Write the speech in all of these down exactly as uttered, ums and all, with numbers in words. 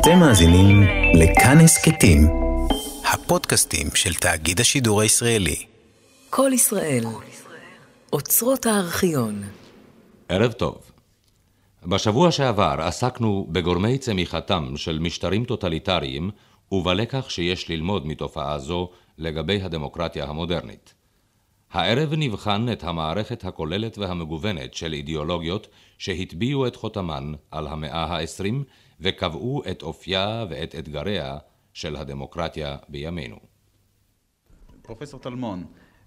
אתם מאזינים לכאן הסכתים, הפודקאסטים של תאגיד השידור הישראלי. כל ישראל, אוצרות הארכיון. ערב טוב. בשבוע שעבר עסקנו בגורמי צמיחתם של משטרים טוטליטריים ובלקח שיש ללמוד מתופעה זו לגבי הדמוקרטיה המודרנית. הערב נבחן את המערכת הכוללת והמגוונת של אידיאולוגיות שהטביעו את חותמן על המאה העשרים וקבעו את אופייה ואת אתגריה של הדמוקרטיה בימינו. פרופסור טלמון,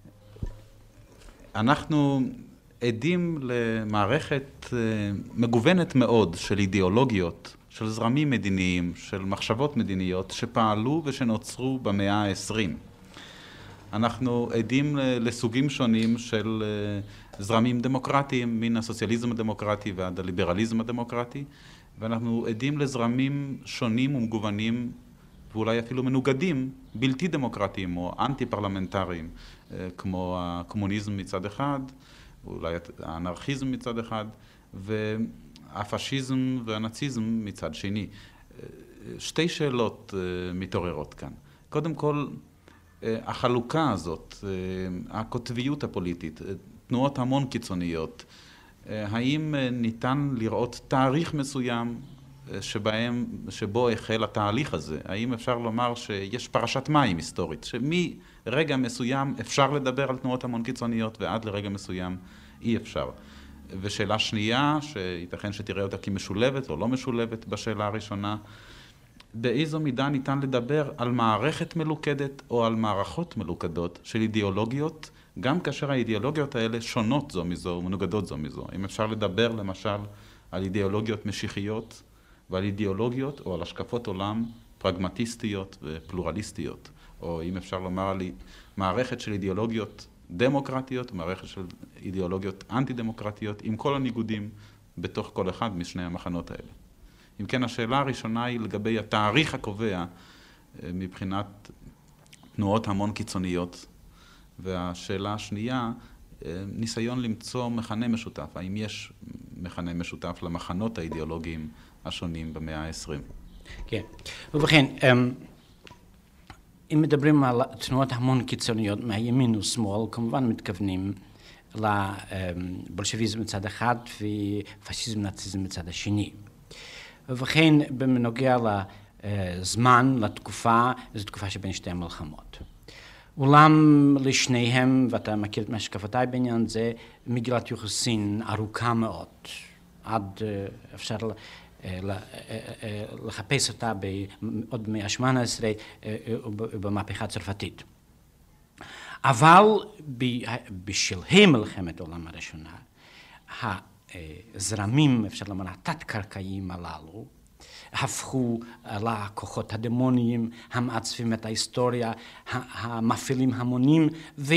אנחנו עדים למערכת מגוונת מאוד של אידיאולוגיות, של זרמים מדיניים, של מחשבות מדיניות שפעלו ושנוצרו במאה העשרים. אנחנו עדים לסוגים שונים של זרמים דמוקרטיים, מן הסוציאליזם הדמוקרטי ועד הליברליזם הדמוקרטי, ואנחנו עדים לזרמים שונים ומגוונים ואולי אפילו מנוגדים, בלתי דמוקרטיים או אנטי פרלמנטריים, כמו הקומוניזם מצד אחד, אולי האנרכיזם מצד אחד, והפשיזם והנאציזם מצד שני. שתי שאלות מתעוררות כאן. קודם כל, החלוקה הזאת, הכותביות הפוליטית, תנועות המון קיצוניות, האם ניתן לראות תאריך מסוים שבהם, שבו החל התהליך הזה? האם אפשר לומר שיש פרשת מים היסטורית, שמרגע מסוים אפשר לדבר על תנועות המון קיצוניות ועד לרגע מסוים אי אפשר? ושאלה שנייה, שייתכן שתראה אותה כמשולבת או לא משולבת בשאלה הראשונה, באיזו מידה ניתן לדבר על מערכת מלוכדת או על מערכות מלוכדות של אידיאולוגיות, גם כאשר האידיאולוגיות האלה שונות זו מזו ומנוגדות זו מזו. אם אפשר לדבר למשל על אידיאולוגיות משיחיות ועל אידיאולוגיות או על השקפות עולם פרגמטיסטיות ופלורליסטיות, או אם אפשר לומר על מערכת של אידיאולוגיות דמוקרטיות ומערכת של אידיאולוגיות אנטי-דמוקרטיות עם כל הניגודים בתוך כל אחד משני המחנות האלה. אם כן, השאלה הראשונה היא לגבי התאריך הקובע מבחינת תנועות המון קיצוניות, והשאלה השנייה, ניסיון למצוא מכנה משותף. האם יש מכנה משותף למחנות האידיאולוגיים השונים במאה העשרים? כן. ובכן, אם מדברים על תנועות המון קיצוניות מהימין ושמאל, כמובן מתכוונים לבולשביזם מצד אחד ופשיזם נאציזם מצד השני. ובכן, בנוגע לזמן, לתקופה, זו תקופה שבין שתי המלחמות. אולם לשניהם, ואתה מכיר את השקפותיי בעניין זה, מגילת יוחסין ארוכה מאוד, עד אפשר לחפש אותה עוד במאה ה-שמונה עשרה במהפכה הצרפתית. אבל בשלהי מלחמת העולם הראשונה, הזרמים, אפשר לומר, התת-קרקעיים הללו, הפכו לכוחות הדמוניים, המעצבים את ההיסטוריה, המפעילים המונים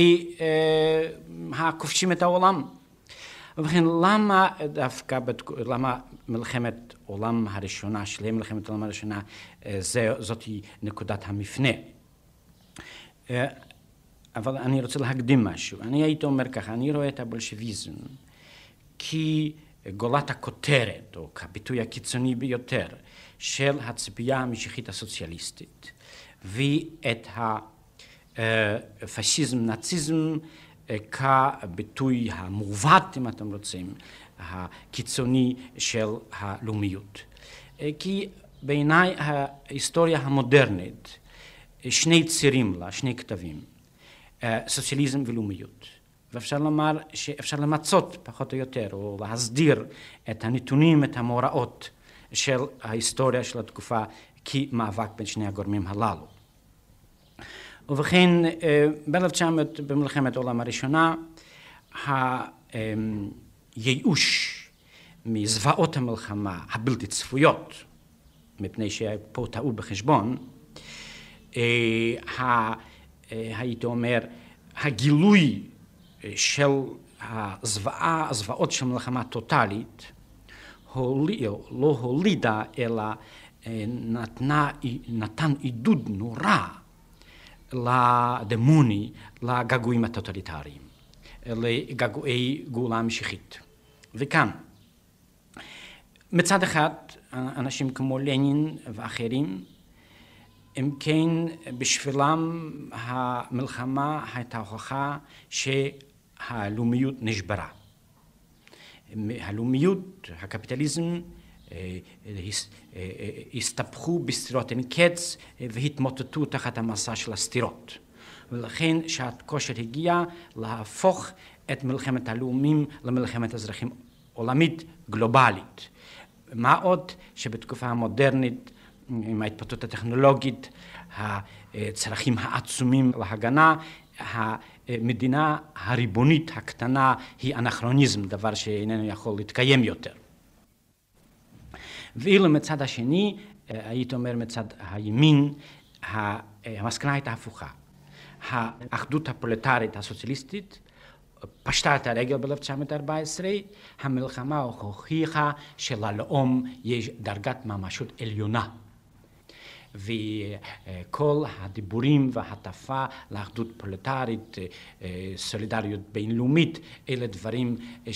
והכובשים את העולם. ובכן, למה דווקא, למה מלחמת עולם הראשונה, שלהי מלחמת עולם הראשונה, זאת היא נקודת המפנה? אבל אני רוצה להקדים משהו. אני הייתי אומר ככה, אני רואה את הבולשביזם כי גולת הכותרת, או כביטוי הקיצוני ביותר, של הציפייה המשיחית הסוציאליסטית, ואת הפשיזם, נאציזם, כביטוי המעוות, אם אתם רוצים, הקיצוני של הלאומיות. כי בעיניי ההיסטוריה המודרנית, שני צירים לה, שני כתבים, סוציאליזם ולאומיות. ואפשר לומר שאפשר למצות פחות או יותר, או להסדיר את הנתונים, את המאורעות של ההיסטוריה של התקופה, כמאבק בין שני הגורמים הללו. ובכן, ב-אלף תשע מאות, במלחמת העולם הראשונה, הייאוש מזוועות המלחמה הבלתי צפויות, מפני שפה טעו בחשבון, הייתי אומר, הגילוי של הזוועה, הזוועות של מלחמה טוטלית, לא הולידה, אלא נתנה, נתן עידוד נורא לדמוני, לגעגועים הטוטליטריים, לגעגועי גאולה משיחית. וכאן, מצד אחד, אנשים כמו לנין ואחרים, אם כן בשבילם המלחמה הייתה הוכחה שהלאומיות נשברה. הלאומיות, הקפיטליזם, הסתבכו בסתירות אין קץ והתמוטטו תחת המסע של הסתירות. ולכן שעת כושר הגיעה להפוך את מלחמת הלאומים למלחמת אזרחים עולמית גלובלית. מה עוד שבתקופה המודרנית, עם ההתפתחות הטכנולוגית, הצרכים העצומים להגנה, המדינה הריבונית הקטנה היא אנכרוניזם, דבר שאיננו יכול להתקיים יותר. ואילו מצד השני, הייתי אומר מצד הימין, המסקנה הייתה הפוכה. האחדות הפרולטרית הסוציאליסטית פשטה את הרגל ב-אלף תשע מאות ארבע עשרה, המלחמה הוכיחה שללאום יש דרגת ממשות עליונה. וכל הדיבורים וההטפה לאחדות פרולטרית, סולידריות בינלאומית, אלה דברים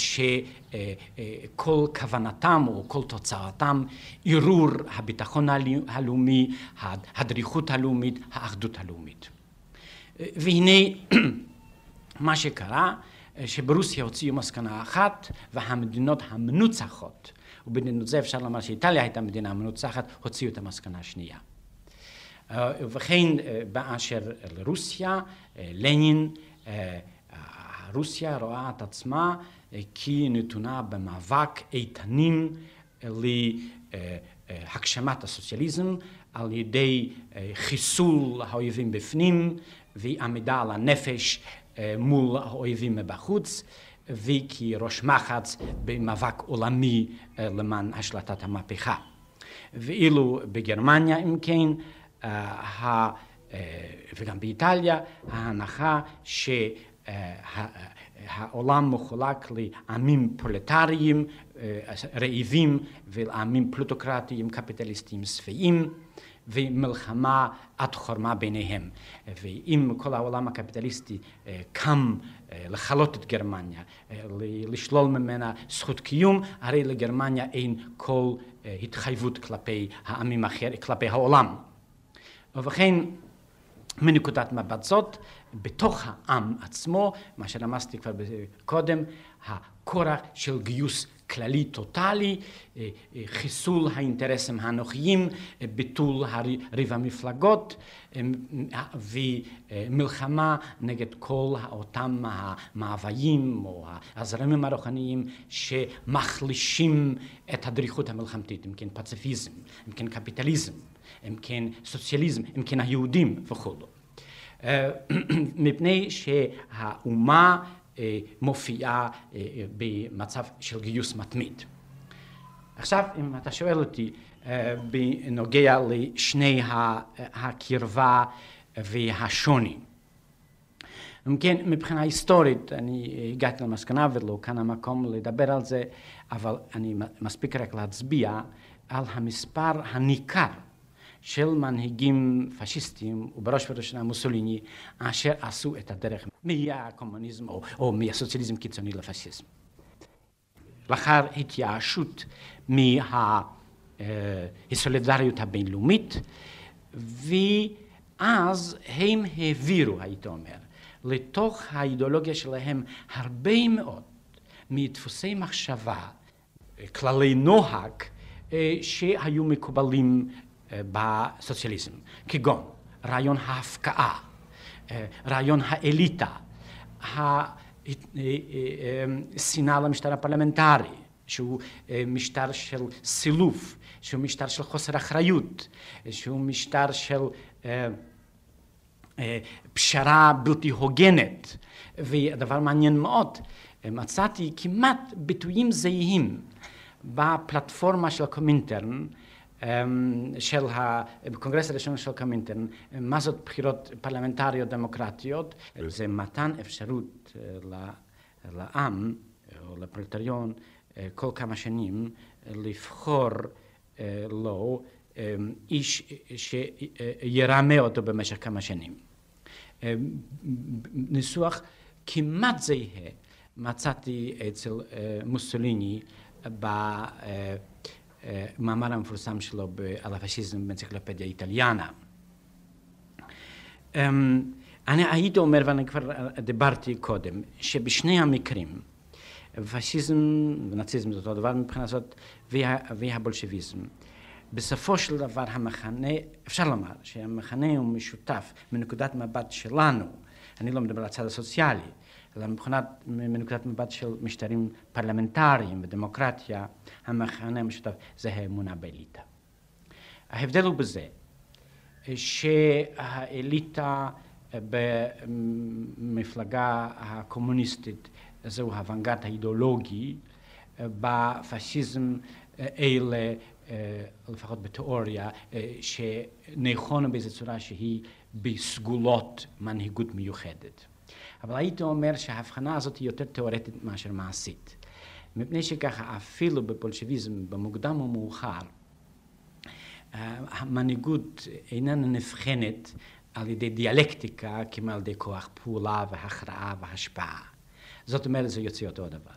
שכל כוונתם או כל תוצאתם ערעור הביטחון הלאומי, הדריכות הלאומית, האחדות הלאומית. והנה מה שקרה, שברוסיה הוציאו מסקנה אחת, והמדינות המנוצחות, ובמדינות זה אפשר לומר שאיטליה הייתה מדינה המנוצחת, הוציאו את המסקנה השנייה. וכן באשר לרוסיה, לנין, רוסיה רואה את עצמה כי נתונה במאבק איתנים להגשמת הסוציאליזם על ידי חיסול האויבים בפנים ועמידה על הנפש מול האויבים מבחוץ, וכראש מחץ במאבק עולמי למען השלטת המהפכה. ואילו בגרמניה, אם כן, וגם באיטליה, ההנחה שהעולם מחולק לעמים פרולטריים רעיבים ולעמים פלוטוקרטיים קפיטליסטיים שבעים, ומלחמה עד חורמה ביניהם. ואם כל העולם הקפיטליסטי קם לכלות את גרמניה, לשלול ממנה זכות קיום, הרי לגרמניה אין כל התחייבות כלפי העמים אחרים, כלפי העולם. ובכן, מנקודת מבט זאת, בתוך העם עצמו, מה שרמזתי כבר קודם, הכורח של גיוס כללי טוטלי, חיסול האינטרסים האנוכיים, ביטול ריב המפלגות ומלחמה נגד כל אותם המאוויים או הזרמים הרוחניים שמחלישים את הדריכות המלחמתית, אם כן פציפיזם, אם כן קפיטליזם, אם כן סוציאליזם, אם כן היהודים וכו'. מפני שהאומה מופיעה במצב של גיוס מתמיד. עכשיו, אם אתה שואל אותי בנוגע לשני הקרבה והשוני. כן, מבחינה היסטורית, אני הגעתי למסקנה ולא כאן המקום לדבר על זה, אבל אני מספיק רק להצביע על המספר הניכר של מנהיגים פשיסטיים, ובראש ובראשונה מוסוליני, אשר עשו את הדרך מהקומוניזם או, או מהסוציאליזם קיצוני לפשיזם. לאחר התייאשות מהסולידריות הבינלאומית, ואז הם העבירו, הייתי אומר, לתוך האידיאולוגיה שלהם הרבה מאוד מדפוסי מחשבה, כללי נוהג, שהיו מקובלים בסוציאליזם, כגון רעיון ההפקעה, רעיון האליטה, השנאה למשטר הפרלמנטרי, שהוא משטר של סילוף, שהוא משטר של חוסר אחריות, שהוא משטר של פשרה בלתי הוגנת. והדבר מעניין מאוד, מצאתי כמעט ביטויים זהים בפלטפורמה של הקומינטרן, של הקונגרס הראשון של קומינטרן, מה זאת בחירות פרלמנטריות דמוקרטיות, זה מתן אפשרות לעם או לפרולטריון כל כמה שנים לבחור לו איש שירמה אותו במשך כמה שנים. ניסוח כמעט זהה מצאתי אצל מוסוליני המאמר המפורסם שלו על הפשיזם באנציקלופדיה איטליאנה. אני הייתי אומר, ואני כבר דיברתי קודם, שבשני המקרים, פשיזם ונאציזם זה אותו דבר מבחינה זאת, והבולשביזם, בסופו של דבר המחנה, אפשר לומר שהמחנה הוא משותף מנקודת מבט שלנו, אני לא מדבר על הצד הסוציאלי, אלא מבחינת, מנקודת מבט של משטרים פרלמנטריים ודמוקרטיה, המחנה המשותף זה האמונה באליטה. ההבדל הוא בזה שהאליטה במפלגה הקומוניסטית זהו הוונגרד האידיאולוגי, בפשיזם אלה, לפחות בתיאוריה, שנכון באיזו צורה שהיא בסגולות מנהיגות מיוחדת. אבל הייתי אומר שההבחנה הזאת היא יותר תיאורטית מאשר מעשית. מפני שככה אפילו בבולשביזם במוקדם או מאוחר, המנהיגות איננה נבחנת על ידי דיאלקטיקה כמו על ידי כוח פעולה והכרעה והשפעה. זאת אומרת, זה יוצא אותו דבר.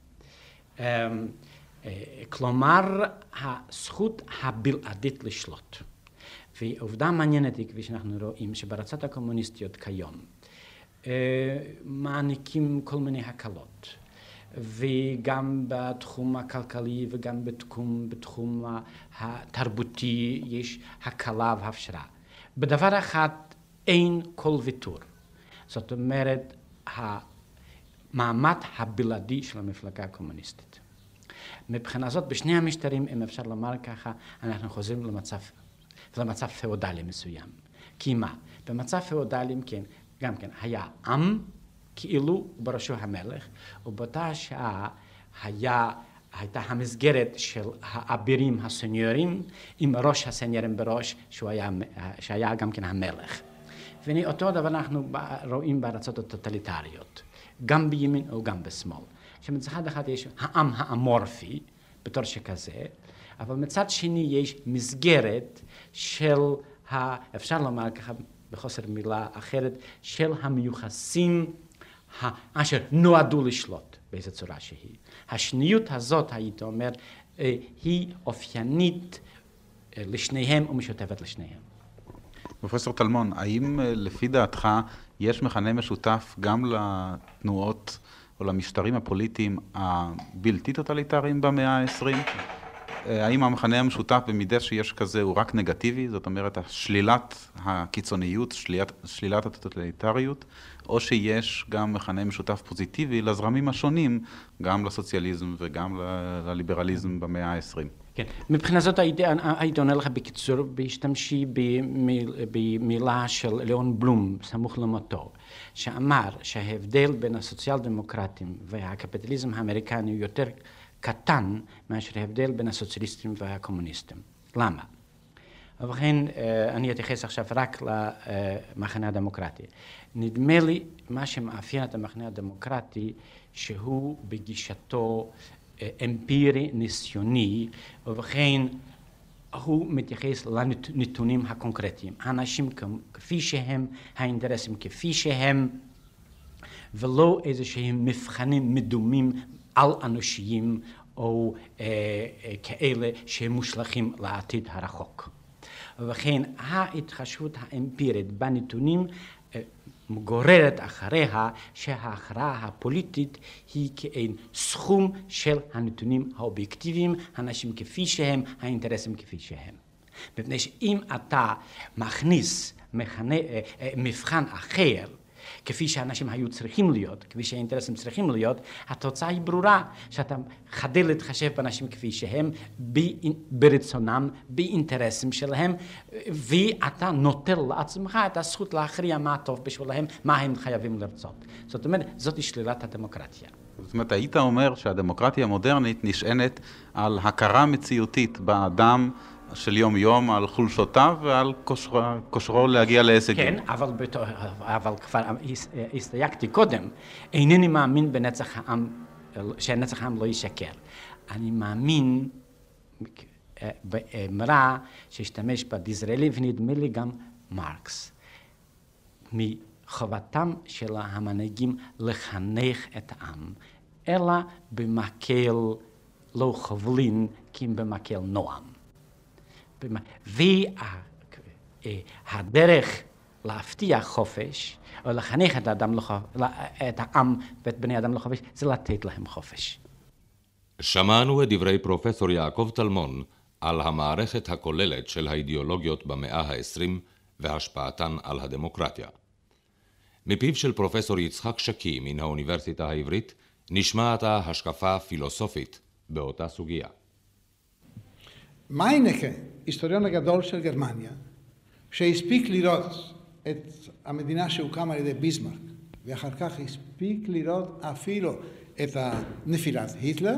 כלומר, הזכות הבלעדית לשלוט. ועובדה מעניינת היא, כפי שאנחנו רואים, שבארצות הקומוניסטיות כיום מעניקים כל מיני הקלות. וגם בתחום הכלכלי וגם בתחום, בתחום התרבותי יש הקלה והפשרה. בדבר אחד אין כל ויתור. זאת אומרת, המעמד הבלעדי של המפלגה הקומוניסטית. מבחינה זאת, בשני המשטרים, אם אפשר לומר ככה, אנחנו חוזרים למצב, למצב פאודלי מסוים. כי מה? במצב פאודלי, כן, גם כן, היה עם, כאילו בראשו המלך, ובאותה שעה היה, הייתה המסגרת של האבירים הסניורים, עם ראש הסניורים בראש, שהוא היה, שהיה גם כן המלך. ואותו דבר אנחנו רואים בארצות הטוטליטריות, גם בימין או גם בשמאל. שמצד אחד יש העם האמורפי, בתור שכזה, אבל מצד שני יש מסגרת של, ה, אפשר לומר ככה בחוסר מילה אחרת, של המיוחסים אשר נועדו לשלוט באיזו צורה שהיא. השניות הזאת, הייתי אומר, היא אופיינית לשניהם ומשותפת לשניהם. פרופסור טלמון, האם לפי דעתך יש מכנה משותף גם לתנועות או למשטרים הפוליטיים הבלתי טוטליטריים במאה העשרים? האם המכנה המשותף במידה שיש כזה הוא רק נגטיבי, זאת אומרת שלילת הקיצוניות, שלילת, שלילת הטוטליטריות, או שיש גם מכנה משותף פוזיטיבי לזרמים השונים, גם לסוציאליזם וגם לליברליזם במאה העשרים? כן, מבחינה זאת הייתי עונה לך בקיצור, בהשתמשי במילה של ליאון בלום, סמוך למותו, שאמר שההבדל בין הסוציאל דמוקרטים והקפיטליזם האמריקני הוא יותר קטן מאשר ההבדל בין הסוציאליסטים והקומוניסטים. למה? ובכן, אני אתייחס עכשיו רק למחנה הדמוקרטי. נדמה לי מה שמאפיין את המחנה הדמוקרטי שהוא בגישתו אמפירי, ניסיוני, ובכן הוא מתייחס לנתונים הקונקרטיים. האנשים כפי שהם, האינטרסים כפי שהם, ולא איזה שהם מבחנים מדומים על אנושיים או אה, אה, כאלה שהם מושלכים לעתיד הרחוק. ובכן, ההתחשבות האמפירית בנתונים אה, מגוררת אחריה שההכרעה הפוליטית היא כאין סכום של הנתונים האובייקטיביים, האנשים כפי שהם, האינטרסים כפי שהם. מפני שאם אתה מכניס מכנה, אה, אה, מבחן אחר, כפי שאנשים היו צריכים להיות, כפי שהאינטרסים צריכים להיות, התוצאה היא ברורה, שאתה חדל להתחשב באנשים כפי שהם, ברצונם, באינטרסים שלהם, ואתה נוטל לעצמך את הזכות להכריע מה טוב בשבילהם, מה הם חייבים לרצות. זאת אומרת, זאת שלילת הדמוקרטיה. זאת אומרת, היית אומר שהדמוקרטיה המודרנית נשענת על הכרה מציאותית באדם, של יום יום, על חולשותיו ועל כושרו, כושרו להגיע להישגים. כן, אבל, בתור, אבל כבר הסתייגתי קודם, אינני מאמין בנצח העם, שנצח העם לא ישקר. אני מאמין באמרה שהשתמש בה דיזרעאלי, ונדמה לי גם מרקס, מחובתם של המנהיגים לחנך את העם, אלא במקל לא חובלין כי אם במקל נועם. והדרך להבטיח חופש, או לחנך את האדם, את העם ואת בני האדם לחופש, זה לתת להם חופש. שמענו את דברי פרופסור יעקב טלמון על המערכת הכוללת של האידיאולוגיות במאה העשרים והשפעתן על הדמוקרטיה. מפיו של פרופסור יצחק שקי מן האוניברסיטה העברית נשמעת השקפה פילוסופית באותה סוגיה. מיינקה, היסטוריון הגדול של גרמניה, שהספיק לראות את המדינה שהוקמה על ידי ביסמרק, ואחר כך הספיק לראות אפילו את נפילת היטלר,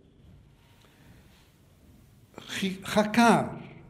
חקר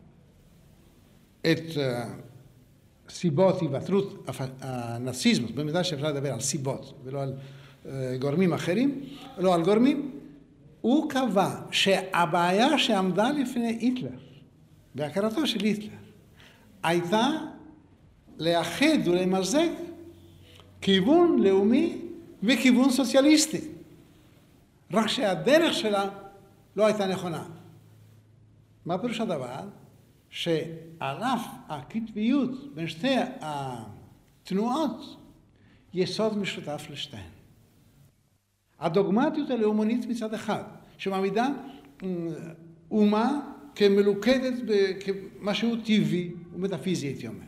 את סיבות היווצרות הנאציזם, במידה שאפשר לדבר על סיבות ולא על גורמים אחרים, לא על גורמים, הוא קבע שהבעיה שעמדה לפני היטלר, בהכרתו של היטלר, הייתה לאחד ולמזג כיוון לאומי וכיוון סוציאליסטי. רק שהדרך שלה לא הייתה נכונה. מה פירוש הדבר? שעל אף הקטביות בין שתי התנועות, יסוד משותף לשתיהן. הדוגמטיות הלאומנית מצד אחד, שמעמידה אומה כמלוכדת כמשהו טבעי ומטאפיזי, הייתי אומר.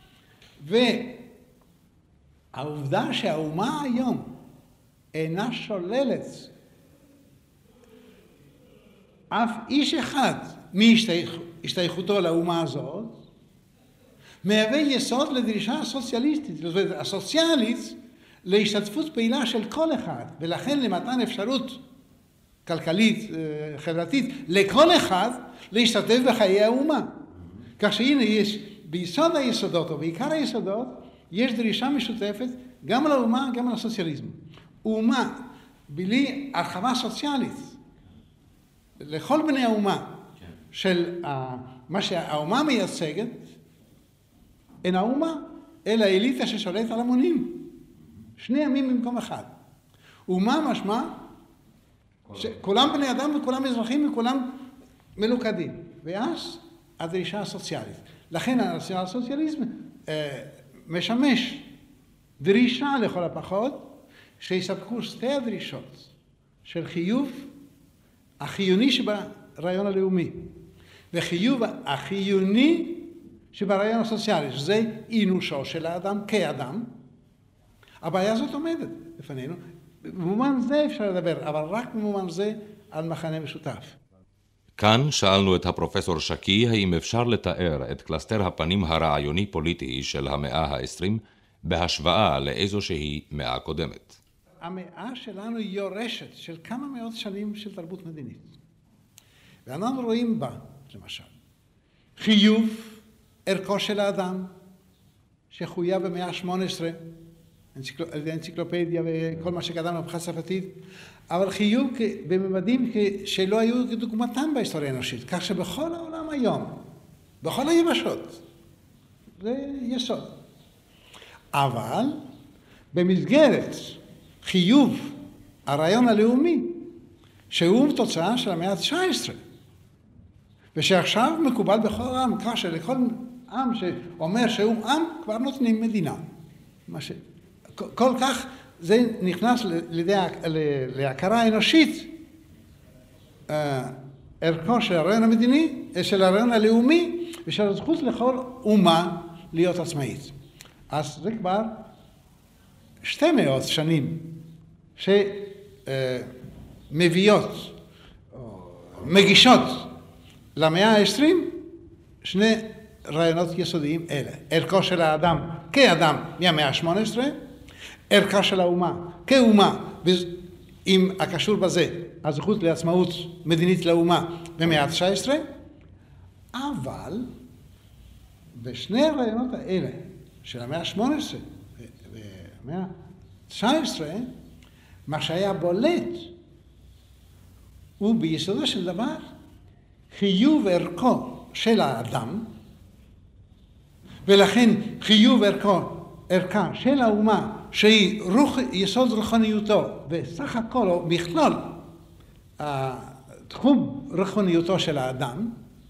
והעובדה שהאומה היום אינה שוללת אף איש אחד מהשתייכותו לאומה הזאת, מהווה יסוד לדרישה הסוציאליסטית, זאת אומרת, הסוציאלית, להשתתפות פעילה של כל אחד, ולכן למתן אפשרות כלכלית, חברתית, לכל אחד להשתתף בחיי האומה. כך שהנה יש, ביסוד היסודות, או בעיקר היסודות, יש דרישה משותפת גם לאומה, גם לסוציאליזם. אומה, בלי הרחבה סוציאלית, לכל בני האומה, של מה שהאומה מייצגת, אין האומה, אלא האליטה ששולטת על המונים. שני ימים במקום אחד. אומה משמע, שכולם בני אדם וכולם אזרחים וכולם מלוכדים. ואז הדרישה הסוציאלית. לכן הסוציאליזם אה, משמש דרישה לכל הפחות, שיספקו שתי הדרישות של חיוב החיוני שברעיון הלאומי, וחיוב החיוני שברעיון הסוציאלי, שזה אינושו של האדם כאדם. הבעיה הזאת עומדת לפנינו. במובן זה אפשר לדבר, אבל רק במובן זה על מחנה משותף. כאן שאלנו את הפרופסור שקי האם אפשר לתאר את קלסטר הפנים הרעיוני-פוליטי של המאה העשרים בהשוואה לאיזושהי מאה קודמת. המאה שלנו היא יורשת של כמה מאות שנים של תרבות מדינית. ואנחנו רואים בה, למשל, חיוב ערכו של האדם, שחויב במאה ה-שמונה עשרה, אנציקלופדיה וכל מה שקדם למהפכה הצרפתית, אבל חיוב בממדים שלא היו כדוגמתם בהיסטוריה האנושית, כך שבכל העולם היום, בכל היבשות, זה יסוד. אבל במסגרת חיוב הרעיון הלאומי, שהוא תוצאה של המאה ה-תשע עשרה, ושעכשיו מקובל בכל העם, כך שלכל עם שאומר שהוא עם, כבר נותנים מדינה. מה ש... כל כך זה נכנס לידי, להכרה האנושית, ערכו של הרעיון המדיני, של הרעיון הלאומי, ושל הזכות לכל אומה להיות עצמאית. אז זה כבר שתי מאות שנים שמביאות, מגישות למאה העשרים שני רעיונות יסודיים אלה. ערכו של האדם כאדם מהמאה ה-שמונה עשרה, ערכה של האומה כאומה, עם הקשור בזה, הזכות לעצמאות מדינית לאומה במאה ה-תשע עשרה, אבל בשני הרעיונות האלה של המאה ה-שמונה עשרה והמאה ה-תשע עשרה, מה שהיה בולט הוא ביסודו של דבר חיוב ערכו של האדם, ולכן חיוב ערכו, ערכה של האומה, שהיא רוח, יסוד רוחניותו, וסך הכל, או מכלול תחום רכוניותו של האדם,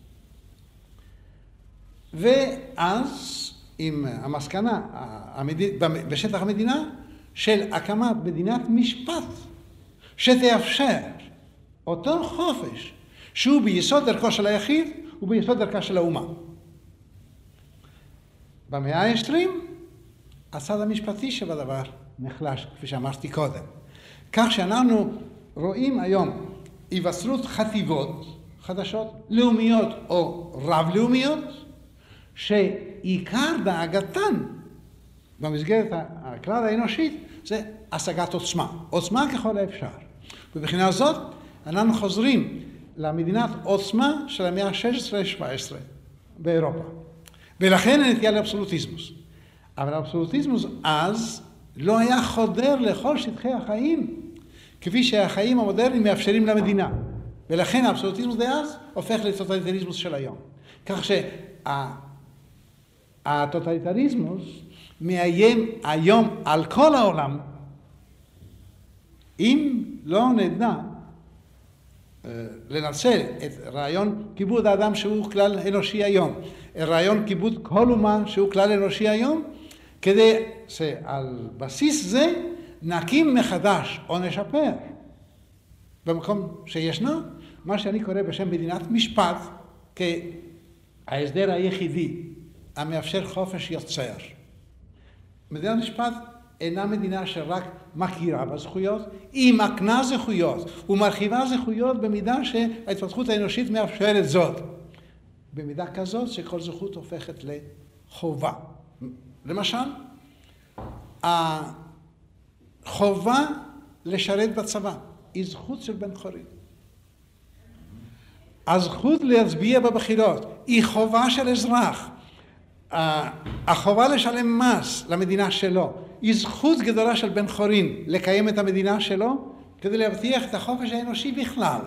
ואז עם המסקנה בשטח המדינה של הקמת מדינת משפט שתאפשר אותו חופש שהוא ביסוד דרכו של היחיד וביסוד דרכה של האומה. במאה ה-עשרים הצד המשפטי שבדבר נחלש, כפי שאמרתי קודם. כך שאנחנו רואים היום היווצרות חטיבות חדשות, לאומיות או רב-לאומיות, שעיקר דאגתן במסגרת הכלל האנושית זה השגת עוצמה, עוצמה ככל האפשר. ובבחינה זאת אנחנו חוזרים למדינת עוצמה של המאה ה-שש עשרה שבע עשרה באירופה. ולכן הנטייה לאבסולוטיזמוס. אבל האבסולוטיזמוס אז לא היה חודר לכל שטחי החיים, כפי שהחיים המודרניים מאפשרים למדינה. ולכן האבסולוטיזמוס דאז הופך לטוטליטריזמוס של היום. כך שהטוטליטריזמוס מאיים היום על כל העולם, אם לא נדע לנצל את רעיון כיבוד האדם שהוא כלל אנושי היום, רעיון כיבוד כל אומה שהוא כלל אנושי היום, כדי שעל בסיס זה נקים מחדש או נשפר במקום שישנו מה שאני קורא בשם מדינת משפט כהסדר היחידי המאפשר חופש יוצר. מדינת משפט אינה מדינה שרק מכירה בזכויות, היא מקנה זכויות ומרחיבה זכויות במידה שההתפתחות האנושית מאפשרת זאת. במידה כזאת שכל זכות הופכת לחובה. למשל, החובה לשרת בצבא היא זכות של בן חורין. הזכות להצביע בבחירות היא חובה של אזרח. החובה לשלם מס למדינה שלו היא זכות גדולה של בן חורין לקיים את המדינה שלו כדי להבטיח את החופש האנושי בכלל.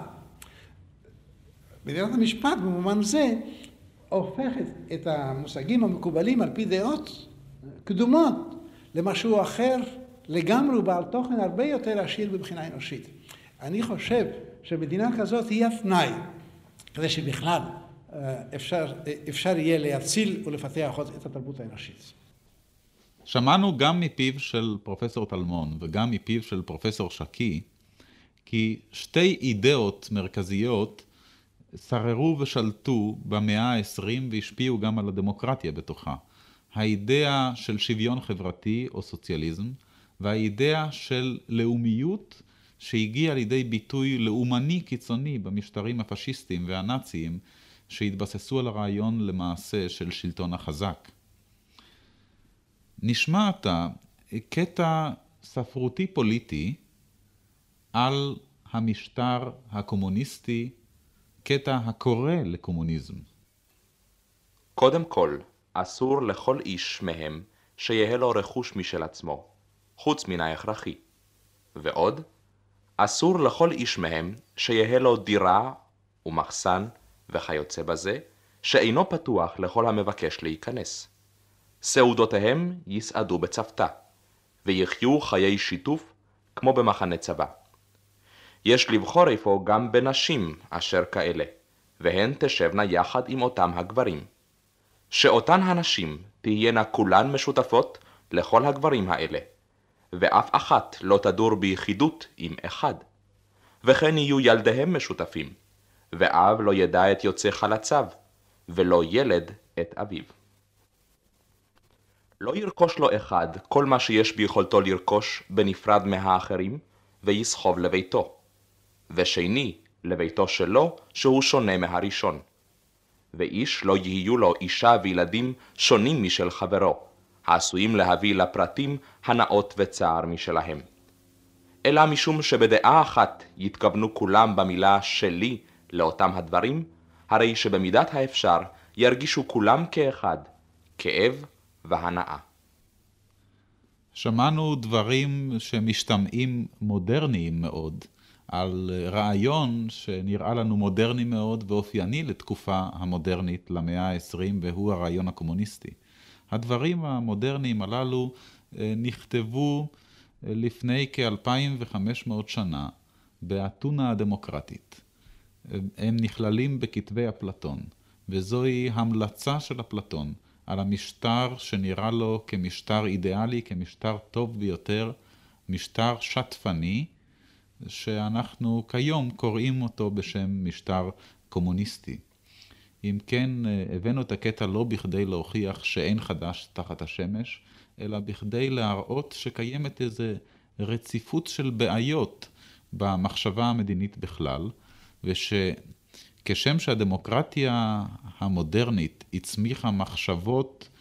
מדינת המשפט במובן זה הופכת את המושגים המקובלים על פי דעות קדומות למשהו אחר לגמרי ובעל תוכן הרבה יותר עשיר בבחינה אנושית. אני חושב שמדינה כזאת היא התנאי כדי שבכלל אפשר, אפשר יהיה להציל ולפתח את התרבות האנושית. שמענו גם מפיו של פרופסור טלמון וגם מפיו של פרופסור שקי, כי שתי אידאות מרכזיות שררו ושלטו במאה ה-עשרים והשפיעו גם על הדמוקרטיה בתוכה. האידאה של שוויון חברתי או סוציאליזם, והאידאה של לאומיות שהגיעה לידי ביטוי לאומני קיצוני במשטרים הפשיסטיים והנאציים שהתבססו על הרעיון למעשה של שלטון החזק. נשמע עתה קטע ספרותי פוליטי על המשטר הקומוניסטי, קטע הקורא לקומוניזם. קודם כל, אסור לכל איש מהם שיהיה לו רכוש משל עצמו, חוץ מן ההכרחי. ועוד, אסור לכל איש מהם שיהיה לו דירה ומחסן וכיוצא בזה, שאינו פתוח לכל המבקש להיכנס. סעודותיהם יסעדו בצוותא, ויחיו חיי שיתוף כמו במחנה צבא. יש לבחור איפה גם בנשים אשר כאלה, והן תשבנה יחד עם אותם הגברים. שאותן הנשים תהיינה כולן משותפות לכל הגברים האלה, ואף אחת לא תדור ביחידות עם אחד. וכן יהיו ילדיהם משותפים, ואב לא ידע את יוצא חלציו, ולא ילד את אביו. לא ירכוש לו אחד כל מה שיש ביכולתו לרכוש בנפרד מהאחרים, ויסחוב לביתו, ושני לביתו שלו שהוא שונה מהראשון. ואיש לא יהיו לו אישה וילדים שונים משל חברו, העשויים להביא לפרטים הנאות וצער משלהם. אלא משום שבדעה אחת יתכוונו כולם במילה שלי לאותם הדברים, הרי שבמידת האפשר ירגישו כולם כאחד, כאב והנאה. שמענו דברים שמשתמעים מודרניים מאוד, על רעיון שנראה לנו מודרני מאוד ואופייני לתקופה המודרנית למאה ה-עשרים, והוא הרעיון הקומוניסטי. הדברים המודרניים הללו נכתבו לפני כ-אלפיים וחמש מאות שנה באתונה הדמוקרטית. הם נכללים בכתבי אפלטון, וזוהי המלצה של אפלטון על המשטר שנראה לו כמשטר אידיאלי, כמשטר טוב ביותר, משטר שטפני, שאנחנו כיום קוראים אותו בשם משטר קומוניסטי. אם כן, הבאנו את הקטע לא בכדי להוכיח שאין חדש תחת השמש, אלא בכדי להראות שקיימת איזו רציפות של בעיות במחשבה המדינית בכלל, ושכשם שהדמוקרטיה המודרנית הצמיחה מחשבות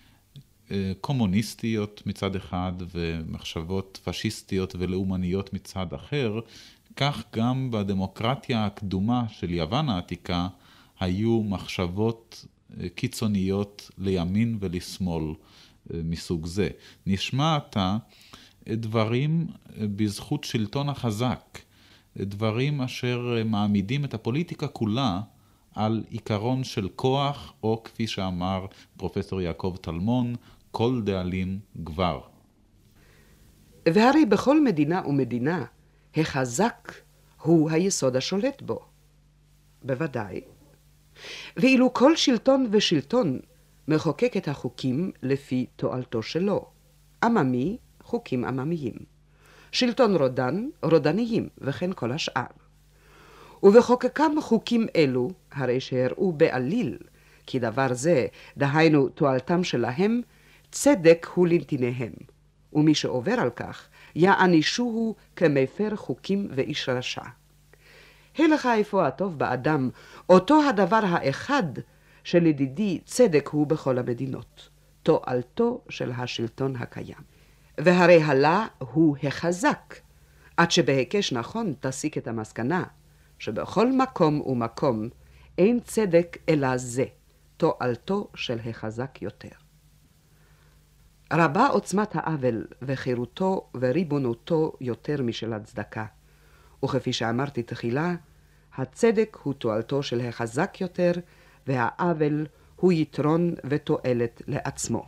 קומוניסטיות מצד אחד ומחשבות פשיסטיות ולאומניות מצד אחר, כך גם בדמוקרטיה הקדומה של יוון העתיקה היו מחשבות קיצוניות לימין ולשמאל מסוג זה. נשמע עתה דברים בזכות שלטון החזק, דברים אשר מעמידים את הפוליטיקה כולה על עיקרון של כוח, או כפי שאמר פרופסור יעקב טלמון, כל דאלים גבר. והרי בכל מדינה ומדינה החזק הוא היסוד השולט בו. בוודאי. ואילו כל שלטון ושלטון מחוקק את החוקים לפי תועלתו שלו. עממי, חוקים עממיים. שלטון רודן, רודניים, וכן כל השאר. ובחוקקם חוקים אלו, הרי שהראו בעליל, כי דבר זה, דהיינו תועלתם שלהם, צדק הוא לנתיניהם. ומי שעובר על כך, יענישוהו כמפר חוקים ואיש רשע. הלך איפה הטוב באדם, אותו הדבר האחד שלדידי צדק הוא בכל המדינות, תועלתו של השלטון הקיים. והרי הלה הוא החזק, עד שבהיקש נכון תסיק את המסקנה, שבכל מקום ומקום אין צדק אלא זה, תועלתו של החזק יותר. רבה עוצמת העוול וחירותו וריבונותו יותר משל הצדקה, וכפי שאמרתי תחילה, הצדק הוא תועלתו של החזק יותר, והעוול הוא יתרון ותועלת לעצמו.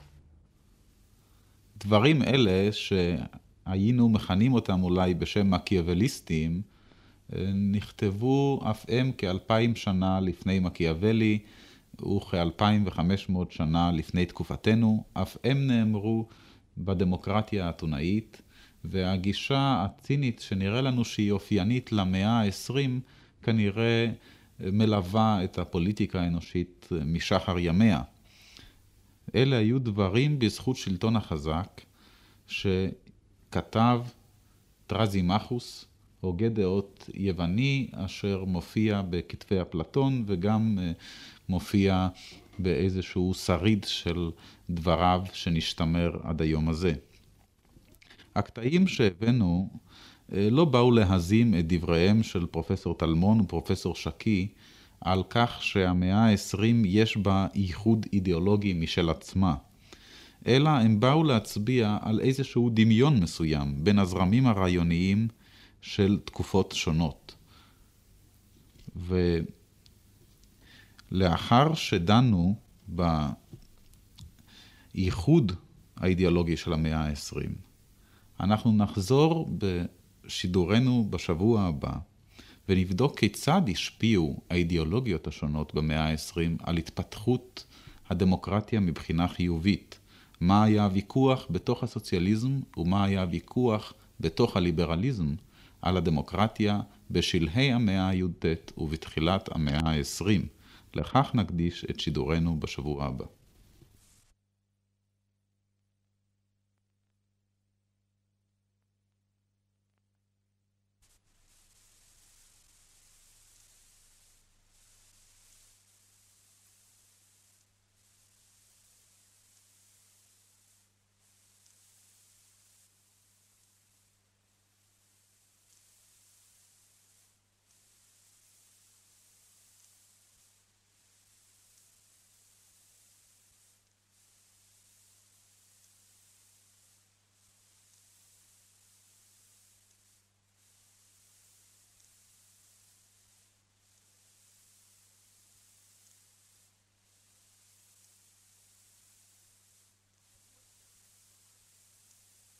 דברים אלה שהיינו מכנים אותם אולי בשם מקיאווליסטים, נכתבו אף הם כאלפיים שנה לפני מקיאוולי, וכאלפיים וחמש מאות שנה לפני תקופתנו, אף הם נאמרו בדמוקרטיה האתונאית, והגישה הצינית שנראה לנו שהיא אופיינית למאה העשרים, כנראה מלווה את הפוליטיקה האנושית משחר ימיה. אלה היו דברים בזכות שלטון החזק, שכתב טרזימחוס, הוגה דעות יווני, אשר מופיע בכתבי אפלטון, וגם מופיע באיזשהו שריד של דבריו שנשתמר עד היום הזה. הקטעים שהבאנו לא באו להזים את דבריהם של פרופסור טלמון ופרופסור שקי, על כך שהמאה העשרים יש בה ייחוד אידיאולוגי משל עצמה, אלא הם באו להצביע על איזשהו דמיון מסוים בין הזרמים הרעיוניים של תקופות שונות. ולאחר שדנו בייחוד האידיאולוגי של המאה העשרים, אנחנו נחזור בשידורנו בשבוע הבא, ונבדוק כיצד השפיעו האידיאולוגיות השונות במאה העשרים על התפתחות הדמוקרטיה מבחינה חיובית. מה היה הוויכוח בתוך הסוציאליזם ומה היה הוויכוח בתוך הליברליזם על הדמוקרטיה בשלהי המאה הי"ט ובתחילת המאה העשרים. לכך נקדיש את שידורנו בשבוע הבא.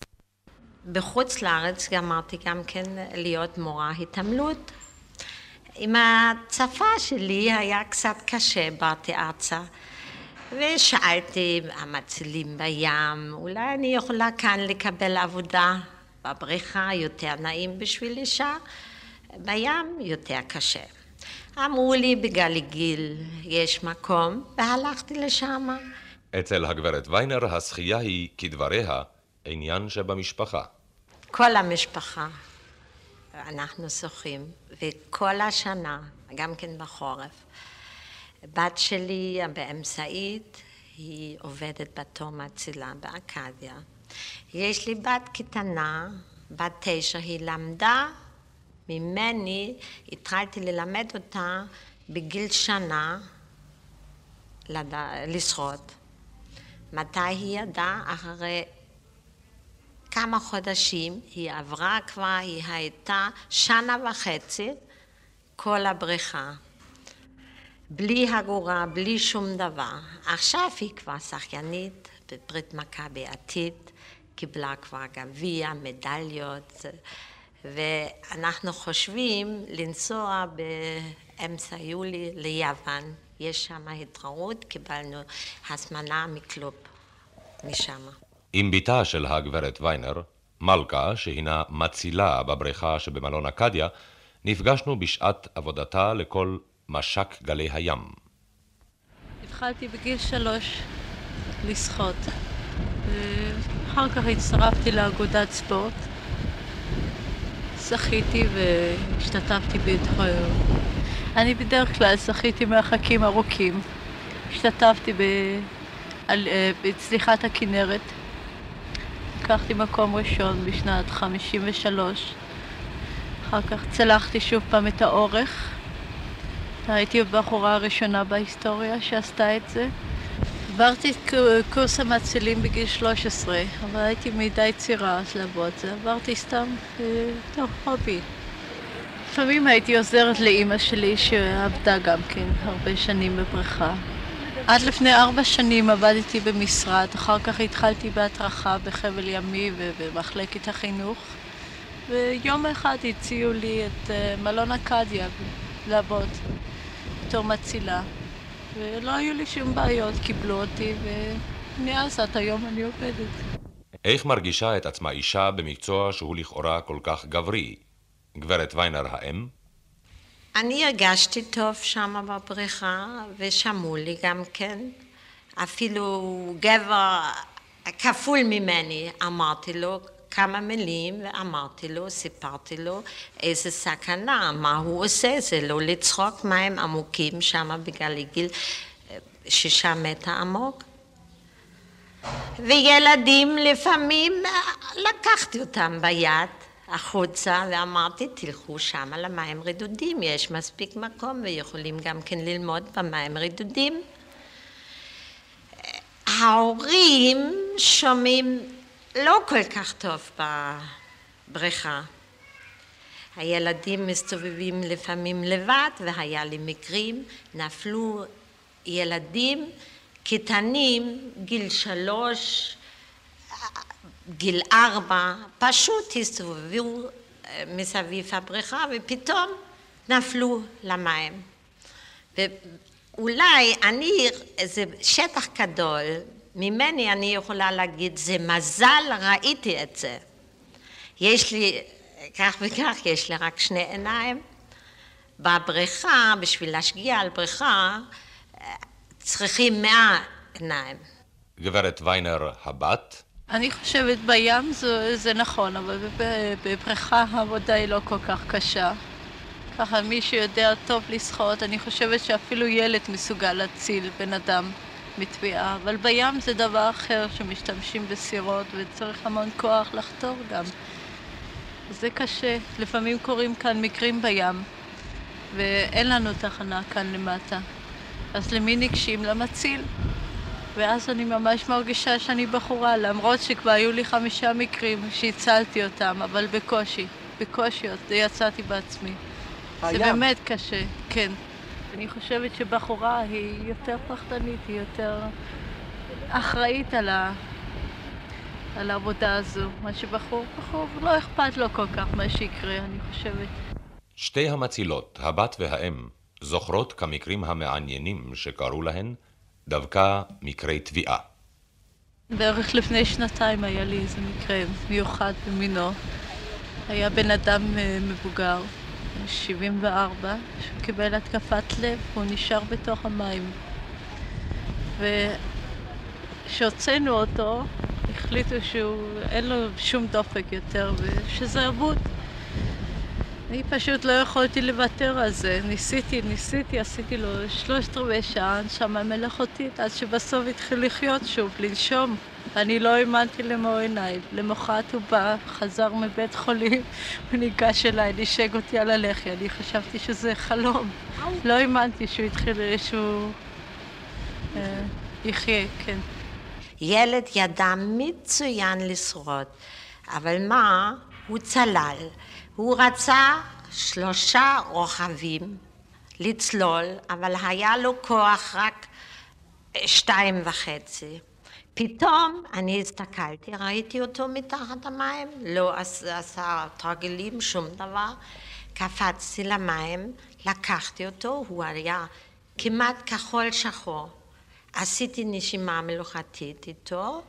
בחוץ לארץ גמרתי גם כן להיות מורה התעמלות. עם הצפה שלי היה קצת קשה, באתי ארצה, ושאלתי המצילים בים, אולי אני יכולה כאן לקבל עבודה בבריכה, יותר נעים בשביל אישה, בים יותר קשה. אמרו לי בגליל יש מקום, והלכתי לשם. אצל הגברת ויינר השחייה היא, כדבריה, עניין שבמשפחה. כל המשפחה אנחנו שוחים, וכל השנה, גם כן בחורף. בת שלי באמצעית, היא עובדת בתור מצילה באקדיה. יש לי בת קטנה, בת תשע, היא למדה ממני, התחלתי ללמד אותה בגיל שנה לשחות. מתי היא ידעה? אחרי כמה חודשים היא עברה כבר, היא הייתה שנה וחצי כל הבריכה. בלי הגורה, בלי שום דבר. עכשיו היא כבר שחיינית בברית מכבי עתיד, קיבלה כבר גביע, מדליות, ואנחנו חושבים לנסוע באמצע יולי ליוון. יש שם התראות, קיבלנו הזמנה מקלוב משם. עם ביתה של הגברת ויינר, מלכה, שהינה מצילה בבריכה שבמלון אקדיה, נפגשנו בשעת עבודתה לכל משק גלי הים. התחלתי בגיל שלוש לשחות, ואחר כך הצטרפתי לאגודת ספורט. שחיתי והשתתפתי בהתחרויות. אני בדרך כלל שחיתי מרחקים ארוכים. השתתפתי בצליחת הכנרת. לקחתי מקום ראשון בשנת חמישים ושלוש. אחר כך צלחתי שוב פעם את האורך. הייתי הבחורה הראשונה בהיסטוריה שעשתה את זה. עברתי את קורס המצילים בגיל שלוש עשרה, אבל הייתי מדי צעירה אז לעבוד זה. עברתי סתם, טוב, הובי. לפעמים הייתי עוזרת לאמא שלי שעבדה גם כן הרבה שנים בבריכה. עד לפני ארבע שנים עבדתי במשרד, אחר כך התחלתי בהדרכה בחבל ימי ובמחלקת החינוך. ויום אחד הציעו לי את מלון אקדיה לעבוד בתור מצילה. ולא היו לי שום בעיות, קיבלו אותי, ומאז עד היום אני עובדת. איך מרגישה את עצמה אישה במקצוע שהוא לכאורה כל כך גברי? גברת ויינר האם? אני הרגשתי טוב שם בבריכה, ושמעו לי גם כן. אפילו גבר כפול ממני, אמרתי לו כמה מילים, ואמרתי לו, סיפרתי לו איזה סכנה, מה הוא עושה, זה לא לצחוק מים עמוקים שם בגליל, שישה מטר עמוק. וילדים לפעמים לקחתי אותם ביד החוצה ואמרתי, תלכו שם למים רדודים, יש מספיק מקום ויכולים גם כן ללמוד במים רדודים. ההורים שומעים לא כל כך טוב בבריכה. הילדים מסתובבים לפעמים לבד, והיה לי מקרים, נפלו ילדים קטנים, גיל שלוש, גיל ארבע, פשוט הסתובבו מסביב הבריכה, ופתאום נפלו למים. ואולי אני, זה שטח גדול, ממני אני יכולה להגיד, זה מזל, ראיתי את זה. יש לי, כך וכך, יש לי רק שני עיניים. בבריכה, בשביל להשגיע על בריכה, צריכים מאה עיניים. גברת ויינר הבת? אני חושבת בים זה, זה נכון, אבל בבריכה העבודה היא לא כל כך קשה. ככה מי שיודע טוב לשחות, אני חושבת שאפילו ילד מסוגל להציל בן אדם מטביעה, אבל בים זה דבר אחר שמשתמשים בסירות וצריך המון כוח לחתור גם. זה קשה, לפעמים קורים כאן מקרים בים ואין לנו תחנה כאן למטה, אז למי ניגשים? למציל. ואז אני ממש מרגישה שאני בחורה, למרות שכבר היו לי חמישה מקרים שהצלתי אותם, אבל בקושי, בקושי יצאתי בעצמי. זה באמת קשה, כן. אני חושבת שבחורה היא יותר פחדנית, היא יותר אחראית על, ה... על העבודה הזו. מה שבחור, בחור לא אכפת לו כל כך מה שיקרה, אני חושבת. שתי המצילות, הבת והאם, זוכרות כמקרים המעניינים שקרו להן, דווקא מקרי תביעה. בערך לפני שנתיים היה לי איזה מקרה מיוחד במינו. היה בן אדם מבוגר, שבעים וארבע, שקיבל התקפת לב, הוא נשאר בתוך המים. וכשהוצאנו אותו, החליטו שאין לו שום דופק יותר ושזה אבוד. אני פשוט לא יכולתי לוותר על זה. ניסיתי, ניסיתי, עשיתי לו שלושת רבעי שעה הנשמה מלאכותית, עד שבסוף התחיל לחיות שוב, לנשום. אני לא האמנתי למו עיניי. למחרת הוא בא, חזר מבית חולים, הוא ניגש אליי, נשק אותי על הלחי. אני חשבתי שזה חלום. לא האמנתי שהוא התחיל, שהוא אה, יחיה, כן. ילד ידע מצוין לשרוד, אבל מה? הוא צלל. הוא רצה שלושה רוחבים לצלול, אבל היה לו כוח רק שתיים וחצי. פתאום אני הסתכלתי, ראיתי אותו מתחת המים, לא עשה תרגילים, שום דבר. קפצתי למים, לקחתי אותו, הוא היה כמעט כחול שחור. עשיתי נשימה מלאכותית איתו,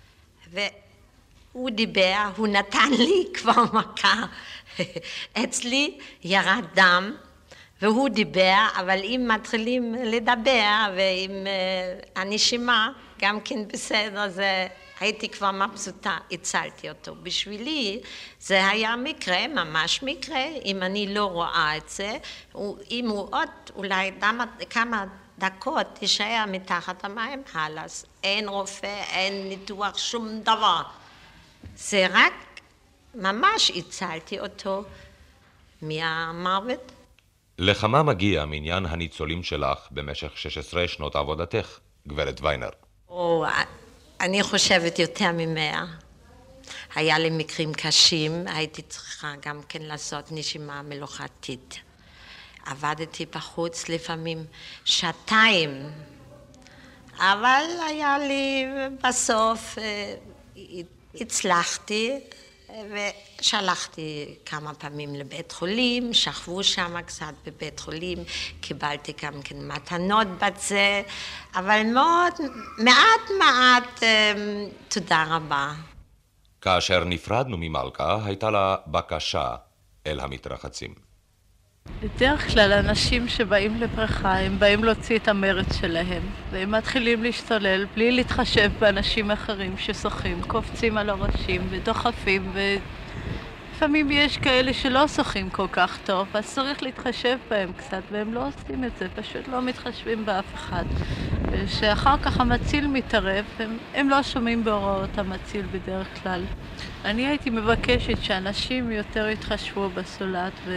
והוא דיבר, הוא נתן לי כבר מכה. אצלי ירד דם, והוא דיבר, אבל אם מתחילים לדבר, ועם uh, הנשימה, גם כן בסדר, זה, הייתי כבר מבסוטה, הצלתי אותו. בשבילי זה היה מקרה, ממש מקרה, אם אני לא רואה את זה, אם הוא עוד אולי דמה, כמה דקות תישאר מתחת המים, הלס, אין רופא, אין ניתוח, שום דבר. זה רק ממש הצלתי אותו מהמוות. לכמה מגיע מעניין הניצולים שלך במשך שש עשרה שנות עבודתך, גברת ויינר? או, אני חושבת יותר ממאה. היה לי מקרים קשים, הייתי צריכה גם כן לעשות נשימה מלאכותית. עבדתי בחוץ לפעמים שעתיים, אבל היה לי בסוף, הצלחתי ושלחתי כמה פעמים לבית חולים, שכבו שם קצת בבית חולים, קיבלתי גם כן מתנות בזה, אבל מאוד, מעט מעט, תודה רבה. כאשר נפרדנו ממלכה, הייתה לה בקשה אל המתרחצים. בדרך כלל אנשים שבאים לבריכה, הם באים להוציא את המרץ שלהם, והם מתחילים להשתולל בלי להתחשב באנשים אחרים ששוחים, קופצים על הראשים ודוחפים, ולפעמים יש כאלה שלא שוחים כל כך טוב, אז צריך להתחשב בהם קצת, והם לא עושים את זה, פשוט לא מתחשבים באף אחד. ושאחר כך המציל מתערב, הם, הם לא שומעים בהוראות המציל בדרך כלל. אני הייתי מבקשת שאנשים יותר יתחשבו בסולת ו...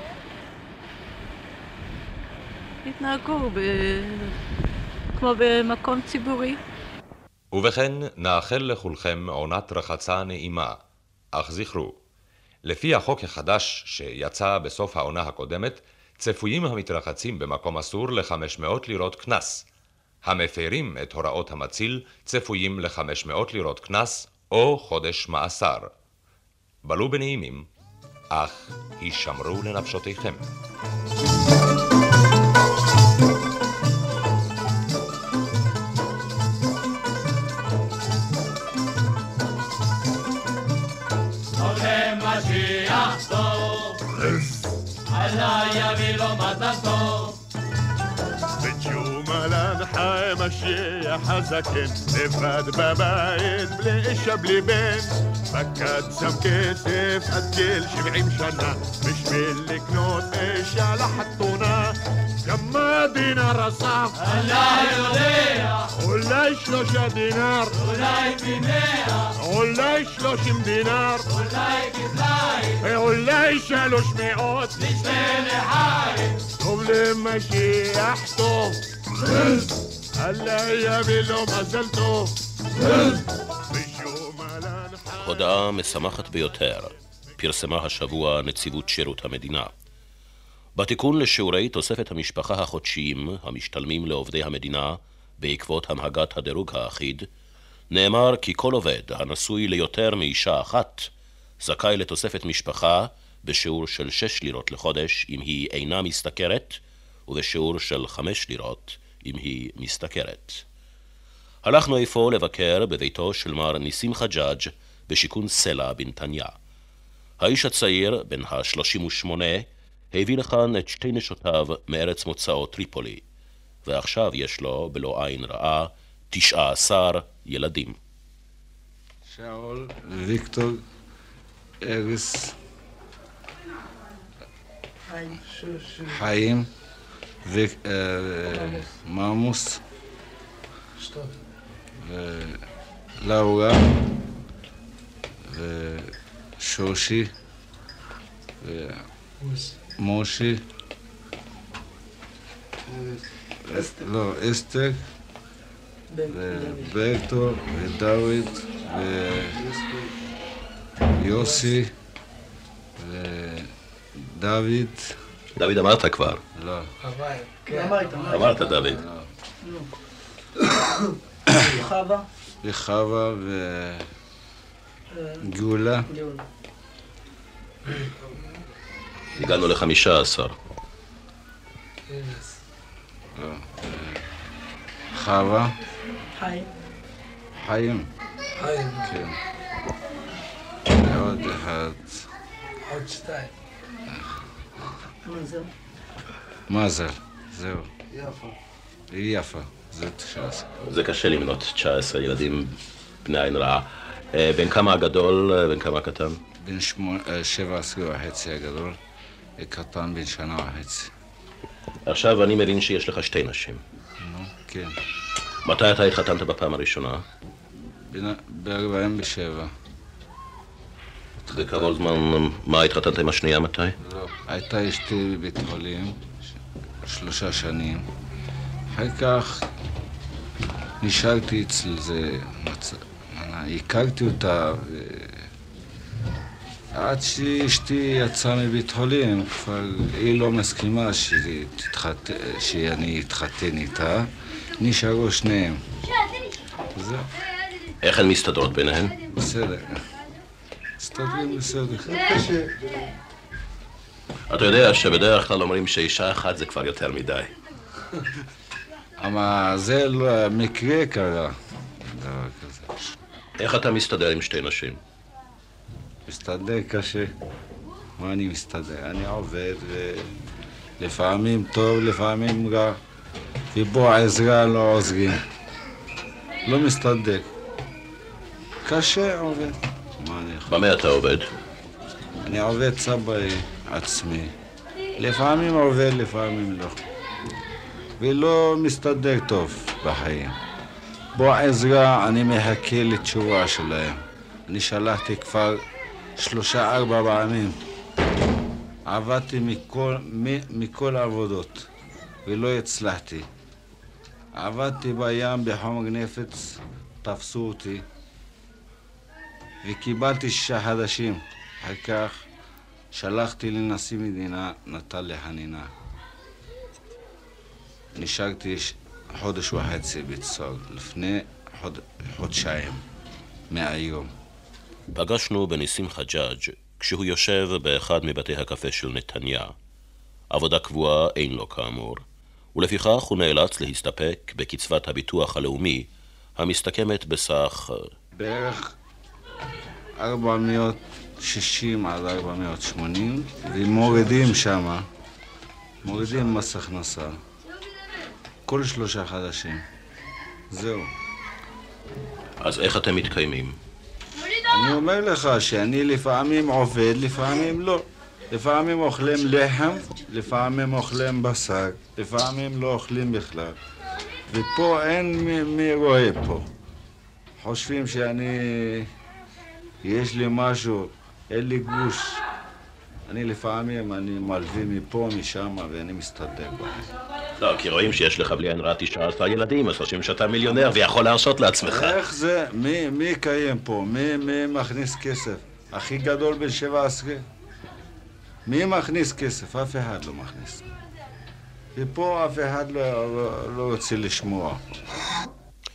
התנהגו ב... כמו במקום ציבורי. ובכן, נאחל לכולכם עונת רחצה נעימה. אך זכרו, לפי החוק החדש שיצא בסוף העונה הקודמת, צפויים המתרחצים במקום אסור ל-חמש מאות לירות קנס. המפרים את הוראות המציל צפויים ל-חמש מאות לירות קנס או חודש מאסר. בלו בנעימים, אך הישמרו לנפשותיכם. Allah יביא לו מזל טוב. בג'ומל הנחי משיח הזקן, לבד בבית בלי אישה בלי בן, פקד שם כסף עד גיל שבעים שנה, בשביל לקנות אישה לחתונה. כמה דינר אסף? אללה יודע. אולי שלושה דינר, אולי במאה, אולי שלושים דינר, אולי כפליים, אולי שלוש מאות, לשתי לחיים. טוב למשיח טוב, אללה יביא לו מזל טוב. הודעה משמחת ביותר פרסמה השבוע נציבות שירות המדינה. בתיקון לשיעורי תוספת המשפחה החודשיים המשתלמים לעובדי המדינה בעקבות הנהגת הדירוג האחיד, נאמר כי כל עובד הנשוי ליותר מאישה אחת זכאי לתוספת משפחה בשיעור של שש לירות לחודש אם היא אינה משתכרת, ובשיעור של חמש לירות אם היא משתכרת. הלכנו אפוא לבקר בביתו של מר ניסים חג'אג' בשיכון סלע בנתניה. האיש הצעיר, בן ה-שלושים ושמונה, הביא לכאן את שתי נשותיו מארץ מוצאו טריפולי, ועכשיו יש לו, בלא עין רעה, תשעה עשר ילדים. שאול, ויקטור, ארס, חיים, וממוס, ולאורה, ושושי, ומושי, לא, אסתר, וברטו, ודאוויד, ויוסי, ודוד. דוד אמרת כבר. לא. אמרת דוד. וחווה. וחווה וגאולה. הגענו לחמישה עשר. חווה. חיים. חיים. חיים. כן. עוד אחד. עוד שתיים. מזל. מזל, זהו. יפה. יפה, זה תשע עשרה. זה קשה למנות תשע עשרה ילדים בני עין רעה. בן כמה הגדול, בן כמה הקטן? בן שבע עשרה וחצי הגדול, הקטן בן שנה וחצי. עכשיו אני מבין שיש לך שתי נשים. נו, כן. מתי אתה התחתנת בפעם הראשונה? ב-ארבעים ושבע. וכמה זמן, מה התחתנת עם השנייה מתי? לא, הייתה אשתי בבית חולים שלושה שנים. אחר כך נשארתי אצל זה, הכרתי אותה, עד שאשתי יצאה מבית חולים, כבר היא לא מסכימה שאני אתחתן איתה, נשארו שניהם. זהו. איך הן מסתדרות ביניהן? בסדר. מסתדרים בסדר. אתה יודע שבדרך כלל אומרים שאישה אחת זה כבר יותר מדי. אבל זה לא מקרה קרה, דבר כזה. איך אתה מסתדר עם שתי נשים? מסתדר קשה. מה אני מסתדר? אני עובד ולפעמים טוב, לפעמים רע. ופה עזרה לא עוזרים. לא מסתדר. קשה עובד. במה אתה עובד? אני עובד צבאי עצמי. לפעמים עובד, לפעמים לא. ולא מסתדר טוב בחיים. בוא עזרה, אני מחכה לתשובה שלהם. אני שלחתי כבר שלושה ארבע פעמים. עבדתי מכל, מכל העבודות ולא הצלחתי. עבדתי בים בחומר נפץ, תפסו אותי וקיבלתי שישה חדשים. אחר כך שלחתי לנשיא מדינה, נתן לי חנינה. נשארתי חודש וחצי בצור, לפני חוד... חודשיים מהיום. פגשנו בניסים חג'אג' כשהוא יושב באחד מבתי הקפה של נתניה. עבודה קבועה אין לו כאמור, ולפיכך הוא נאלץ להסתפק בקצבת הביטוח הלאומי, המסתכמת בסך בערך ארבע מאות שישים עד ארבע מאות שמונים, ומורידים שמה, מורידים מס הכנסה. כל שלושה חדשים. זהו. אז איך אתם מתקיימים? אני אומר לך שאני לפעמים עובד, לפעמים לא. לפעמים אוכלים לחם, לפעמים אוכלים בשר, לפעמים לא אוכלים בכלל. ופה אין מי, מי רואה פה. חושבים שאני... יש לי משהו, אין לי גוש. אני לפעמים, אני מלווה מפה, משם, ואני מסתדר בהם. לא, כי רואים שיש לך בלי עין רעה תשעה עשר ילדים, אז חושבים שאתה מיליונר ויכול להרשות לעצמך. איך זה? מי, מי קיים פה? מי, מי מכניס כסף? הכי גדול בן שבע עשרה? מי מכניס כסף? אף אחד לא מכניס. ופה אף אחד לא, לא, לא רוצה לשמוע.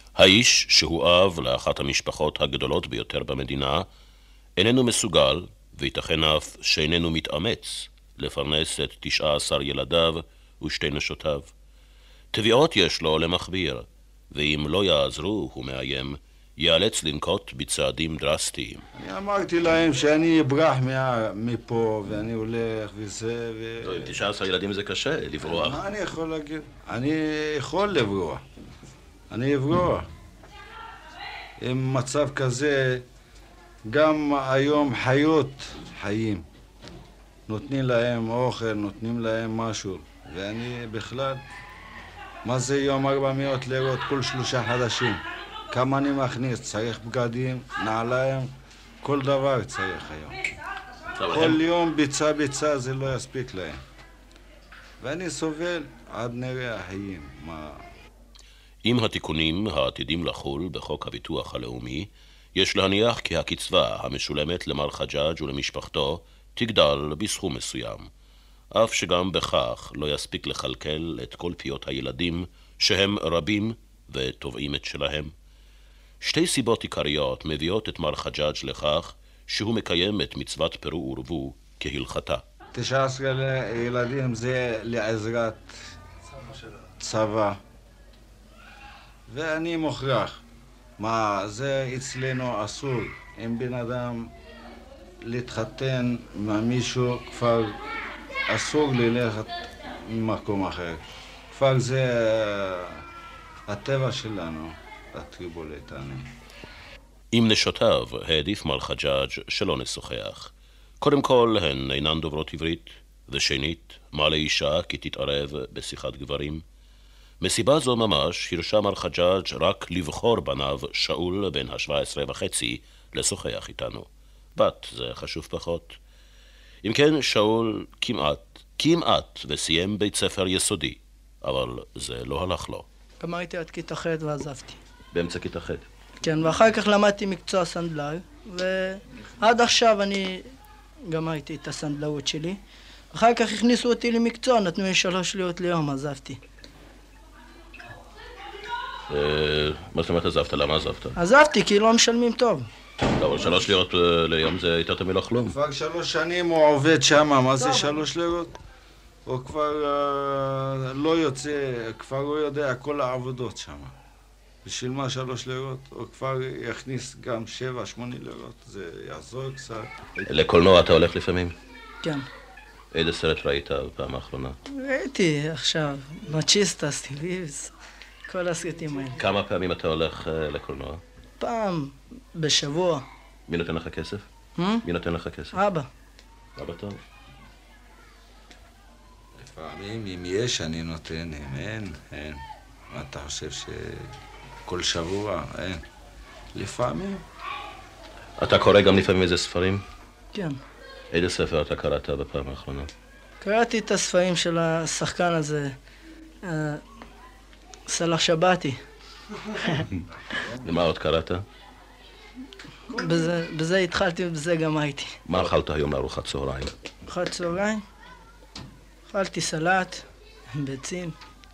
האיש, שהוא אב לאחת המשפחות הגדולות ביותר במדינה, איננו מסוגל, וייתכן אף שאיננו מתאמץ לפרנס את תשעה עשר ילדיו ושתי נשותיו. תביעות יש לו למכביר, ואם לא יעזרו, הוא מאיים, ייאלץ לנקוט בצעדים דרסטיים. אני אמרתי להם שאני אברח מה... מפה ואני הולך וזה ו... לא, עם תשעה עשר ילדים זה קשה, לברוח. מה אני יכול להגיד? אני יכול לברוח. אני אברוח. עם מצב כזה, גם היום חיות חיים. נותנים להם אוכל, נותנים להם משהו. ואני בכלל, מה זה יום ארבע מאות לירות כל שלושה חדשים? כמה אני מכניס? צריך בגדים, נעליים, כל דבר צריך היום. כל יום ביצה ביצה זה לא יספיק להם. ואני סובל עד נראה החיים. מה... עם התיקונים העתידים לחול בחוק הביטוח הלאומי, יש להניח כי הקצבה המשולמת למר חג'אג' ולמשפחתו תגדל בסכום מסוים, אף שגם בכך לא יספיק לכלכל את כל פיות הילדים שהם רבים ותובעים את שלהם. שתי סיבות עיקריות מביאות את מר חג'אג' לכך שהוא מקיים את מצוות פרו ורבו כהלכתה. תשע עשרה ילדים זה לעזרת צבא, ואני מוכרח. מה, זה אצלנו אסור. אם בן אדם להתחתן עם מישהו, כבר אסור ללכת ממקום אחר. כבר זה הטבע שלנו, הטריפוליטני. עם נשותיו העדיף מר חג'אג' שלא נשוחח. קודם כל, הן אינן דוברות עברית, ושנית, מה לאישה כי תתערב בשיחת גברים. מסיבה זו ממש הרשה מר חג'אג' רק לבחור בניו שאול בן השבע עשרה וחצי לשוחח איתנו. בת זה חשוב פחות. אם כן, שאול כמעט, כמעט וסיים בית ספר יסודי, אבל זה לא הלך לו. גמרתי עד כיתה ח' ועזבתי. באמצע כיתה ח'? כן, ואחר כך למדתי מקצוע סנדלר, ועד עכשיו אני גמרתי את הסנדלרות שלי. אחר כך הכניסו אותי למקצוע, נתנו לי שלוש לירות ליום, עזבתי. מה זאת אומרת עזבת? למה עזבת? עזבתי כי לא משלמים טוב. לא, אבל שלוש לירות ליום זה יותר תמיד לחלום. כבר שלוש שנים הוא עובד שם, מה זה שלוש לירות? הוא כבר לא יוצא, כבר הוא יודע כל העבודות שם. בשביל מה שלוש לירות? הוא כבר יכניס גם שבע, שמונה לירות, זה יעזור קצת. לקולנוע אתה הולך לפעמים? כן. איזה סרט ראית בפעם האחרונה? ראיתי עכשיו, מצ'יסטה, סטיליבס, כל הסרטים האלה. כמה פעמים אתה הולך לקולנוע? פעם בשבוע. מי נותן לך כסף? Hmm? מי נותן לך כסף? אבא. אבא טוב. לפעמים אם יש אני נותן, אם אין, אין. מה אתה חושב שכל שבוע, אין. לפעמים. אתה קורא גם לפעמים איזה ספרים? כן. איזה ספר אתה קראת בפעם האחרונה? קראתי את הספרים של השחקן הזה, סלח שבתי. ומה עוד קראת? בזה, בזה התחלתי ובזה גם הייתי. מה אכלת היום לארוחת צהריים? ארוחת צהריים? אכלתי סלט, ביצים.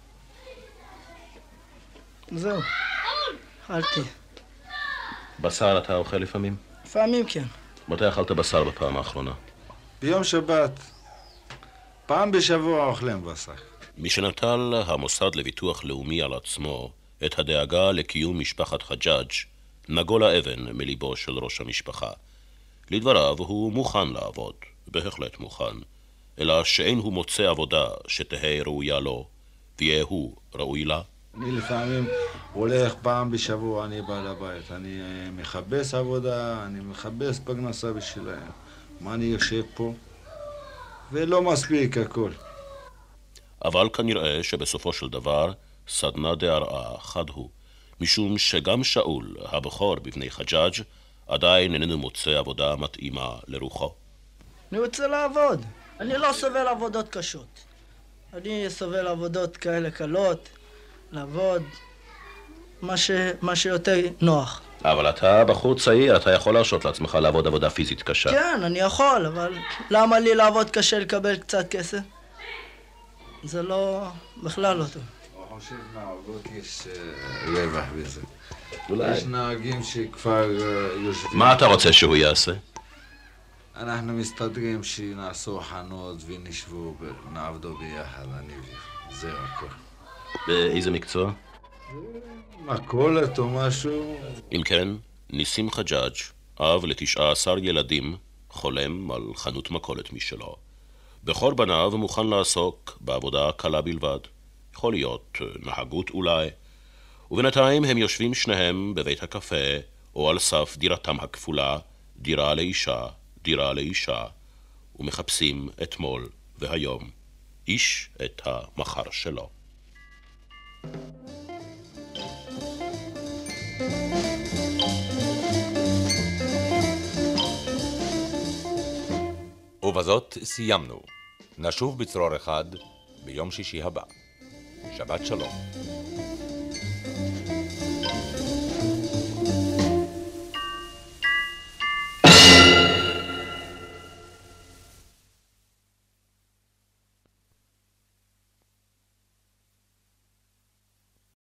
זהו, אכלתי. בשר אתה אוכל לפעמים? לפעמים כן. מתי אכלת בשר בפעם האחרונה? ביום שבת. פעם בשבוע אוכלים בשר. משנטל המוסד לביטוח לאומי על עצמו את הדאגה לקיום משפחת חג'אג' נגול האבן מליבו של ראש המשפחה. לדבריו הוא מוכן לעבוד, בהחלט מוכן, אלא שאין הוא מוצא עבודה שתהא ראויה לו, ויהיה הוא ראוי לה. אני לפעמים הולך פעם בשבוע, אני בא לבית, אני מחפש עבודה, אני מחפש פרנסה בשבילהם. מה אני יושב פה? ולא מספיק הכל. אבל כנראה שבסופו של דבר סדנה דהרעה חד הוא, משום שגם שאול, הבכור בבני חג'אג', עדיין איננו מוצא עבודה מתאימה לרוחו. אני רוצה לעבוד. אני לא סובל עבודות קשות. אני סובל עבודות כאלה קלות, לעבוד, מה, ש... מה שיותר נוח. אבל אתה בחור צעיר, אתה יכול להרשות לעצמך לעבוד עבודה פיזית קשה. כן, אני יכול, אבל למה לי לעבוד קשה לקבל קצת כסף? זה לא, בכלל לא טוב. אני חושב מהעבודות יש רווח בזה. אולי. יש נהגים שכבר יושבים... מה אתה רוצה שהוא יעשה? אנחנו מסתדרים שנעשו חנות ונשבו ונעבדו ביחד, אני זהו הכל. באיזה מקצוע? מכולת או משהו. אם כן, ניסים חג'אג', אב לתשעה עשר ילדים, חולם על חנות מכולת משלו. בכל בניו מוכן לעסוק בעבודה קלה בלבד. יכול להיות נהגות אולי. ובינתיים הם יושבים שניהם בבית הקפה, או על סף דירתם הכפולה, דירה לאישה, דירה לאישה, ומחפשים אתמול והיום, איש את המחר שלו. ובזאת סיימנו. נשוב בצרור אחד ביום שישי הבא. שבת שלום.